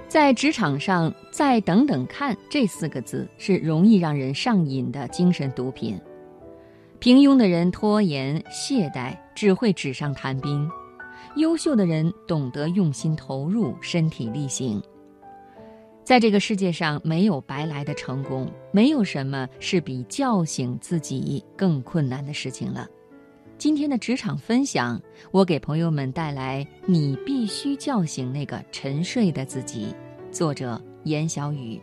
在职场上，再等等看这4个字是容易让人上瘾的精神毒品。平庸的人拖延懈怠，只会纸上谈兵；优秀的人懂得用心投入，身体力行。在这个世界上，没有白来的成功，没有什么是比叫醒自己更困难的事情了。今天的职场分享，我给朋友们带来你必须叫醒那个沉睡的自己。作者严小雨。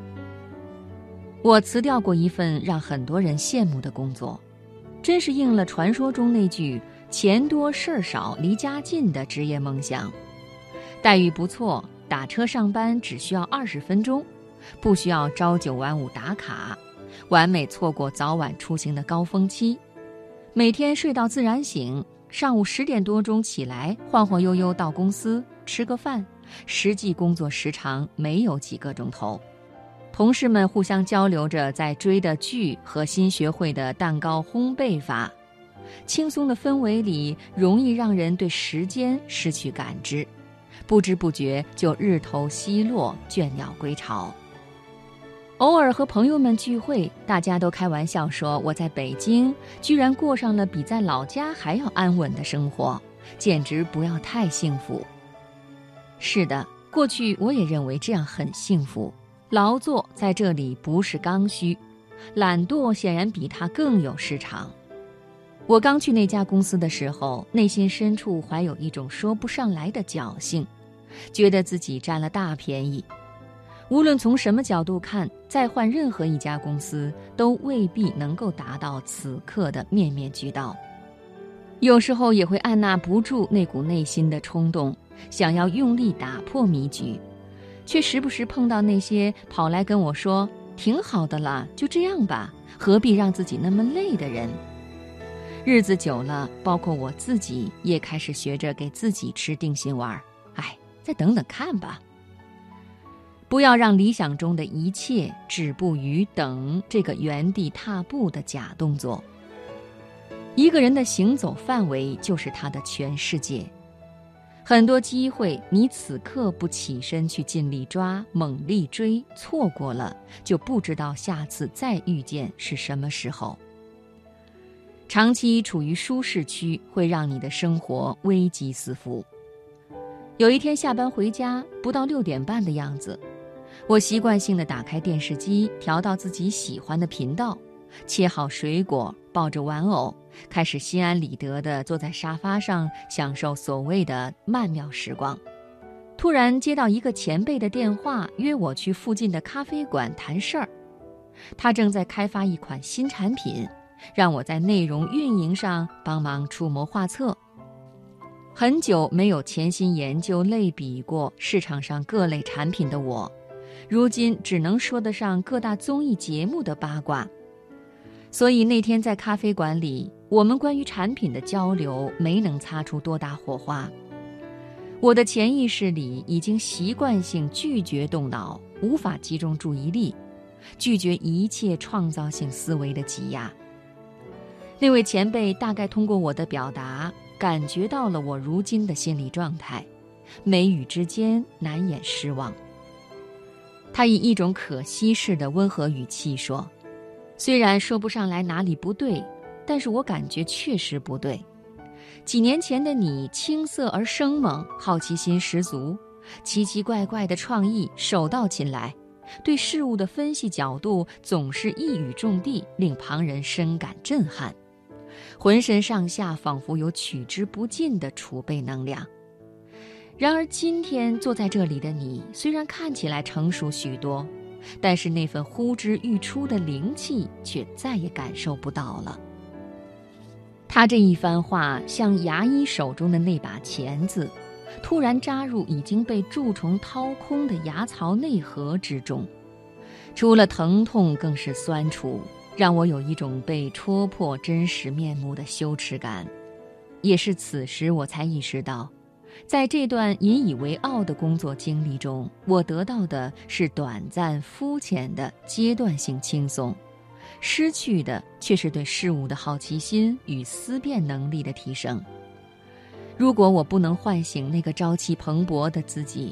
我辞掉过一份让很多人羡慕的工作，真是应了传说中那句钱多事儿少离家近的职业梦想。待遇不错，打车上班只需要20分钟，不需要朝9晚5打卡，完美错过早晚出行的高峰期。每天睡到自然醒，上午10点多钟起来，晃晃悠悠到公司吃个饭，实际工作时长没有几个钟头。同事们互相交流着在追的剧和新学会的蛋糕烘焙法，轻松的氛围里容易让人对时间失去感知，不知不觉就日头西落，倦鸟归巢。偶尔和朋友们聚会，大家都开玩笑说我在北京居然过上了比在老家还要安稳的生活，简直不要太幸福。是的，过去我也认为这样很幸福，劳作在这里不是刚需，懒惰显然比它更有市场。我刚去那家公司的时候，内心深处怀有一种说不上来的侥幸，觉得自己占了大便宜。无论从什么角度看，再换任何一家公司都未必能够达到此刻的面面俱到。有时候也会按捺不住那股内心的冲动，想要用力打破迷局，却时不时碰到那些跑来跟我说挺好的了，就这样吧，何必让自己那么累的人。日子久了，包括我自己也开始学着给自己吃定心丸，再等等看吧。不要让理想中的一切止步于等这个原地踏步的假动作。一个人的行走范围就是他的全世界。很多机会，你此刻不起身去尽力抓、猛力追，错过了，就不知道下次再遇见是什么时候。长期处于舒适区，会让你的生活危机四伏。有一天下班回家，不到6点半的样子，我习惯性地打开电视机，调到自己喜欢的频道，切好水果，抱着玩偶，开始心安理得地坐在沙发上，享受所谓的慢妙时光。突然接到一个前辈的电话，约我去附近的咖啡馆谈事儿。他正在开发一款新产品，让我在内容运营上帮忙出谋划策。很久没有潜心研究类比过市场上各类产品的我，如今只能说得上各大综艺节目的八卦。所以那天在咖啡馆里，我们关于产品的交流没能擦出多大火花。我的潜意识里已经习惯性拒绝动脑，无法集中注意力，拒绝一切创造性思维的挤压。那位前辈大概通过我的表达，感觉到了我如今的心理状态，眉宇之间难掩失望。他以一种可稀释的温和语气说，虽然说不上来哪里不对，但是我感觉确实不对。几年前的你青涩而生猛，好奇心十足，奇奇怪怪的创意手到擒来，对事物的分析角度总是一语中的，令旁人深感震撼。浑身上下仿佛有取之不尽的储备能量。然而今天坐在这里的你，虽然看起来成熟许多，但是那份呼之欲出的灵气却再也感受不到了。他这一番话像牙医手中的那把钳子，突然扎入已经被蛀虫掏空的牙槽内核之中，除了疼痛更是酸楚，让我有一种被戳破真实面目的羞耻感。也是此时我才意识到，在这段引以为傲的工作经历中，我得到的是短暂肤浅的阶段性轻松，失去的却是对事物的好奇心与思辨能力的提升。如果我不能唤醒那个朝气蓬勃的自己，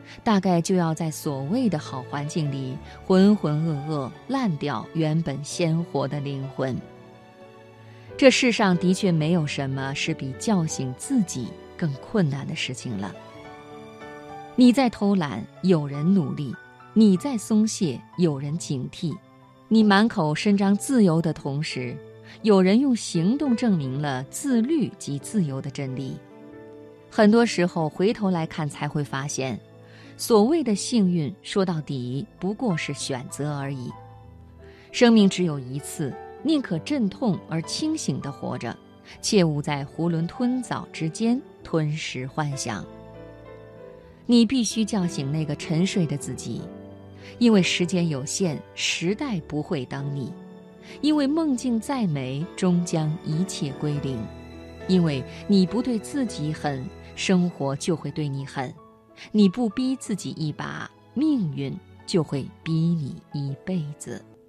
大概就要在所谓的好环境里浑浑噩噩，烂掉原本鲜活的灵魂。这世上的确没有什么是比叫醒自己更困难的事情了。你在偷懒，有人努力；你在松懈，有人警惕；你满口伸张自由的同时，有人用行动证明了自律即自由的真理。很多时候回头来看，才会发现，所谓的幸运，说到底不过是选择而已。生命只有一次，宁可阵痛而清醒地活着，切勿在囫囵吞枣之间吞噬幻想。你必须叫醒那个沉睡的自己，因为时间有限，时代不会等你；因为梦境再美，终将一切归零；因为你不对自己狠，生活就会对你狠；你不逼自己一把，命运就会逼你一辈子。